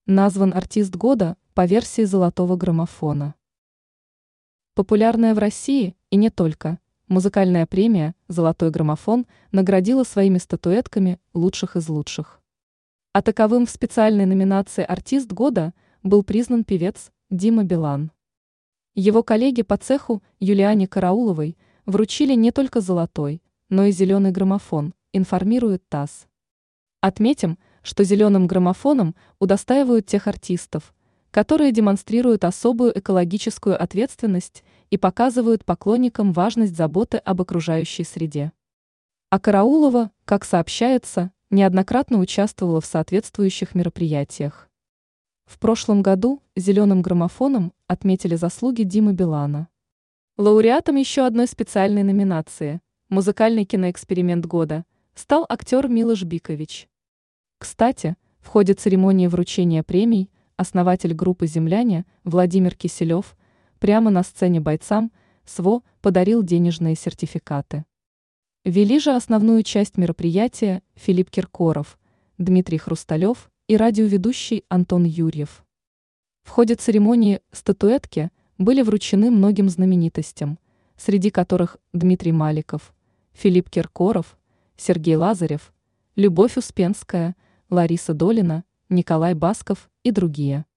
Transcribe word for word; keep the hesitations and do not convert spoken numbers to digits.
Назван артист года по версии «Золотого граммофона». Популярная в России и не только, музыкальная премия «Золотой граммофон» наградила своими статуэтками лучших из лучших. А таковым в специальной номинации «Артист года» был признан певец Дима Билан. Его коллеги по цеху Юлиане Карауловой вручили не только золотой, но и зеленый граммофон, информирует ТАСС. Отметим, что зеленым граммофоном удостаивают тех артистов, которые демонстрируют особую экологическую ответственность и показывают поклонникам важность заботы об окружающей среде. А Караулова, как сообщается, неоднократно участвовала в соответствующих мероприятиях. В прошлом году зеленым граммофоном отметили заслуги Димы Билана. Лауреатом еще одной специальной номинации «Музыкальный киноэксперимент года» стал актер Милош Бикович. Кстати, в ходе церемонии вручения премий основатель группы «Земляне» Владимир Киселев прямо на сцене бойцам СВО подарил денежные сертификаты. Вели же основную часть мероприятия Филипп Киркоров, Дмитрий Хрусталев и радиоведущий Антон Юрьев. В ходе церемонии статуэтки были вручены многим знаменитостям, среди которых Дмитрий Маликов, Филипп Киркоров, Сергей Лазарев, Любовь Успенская, Лариса Долина, Николай Басков и другие.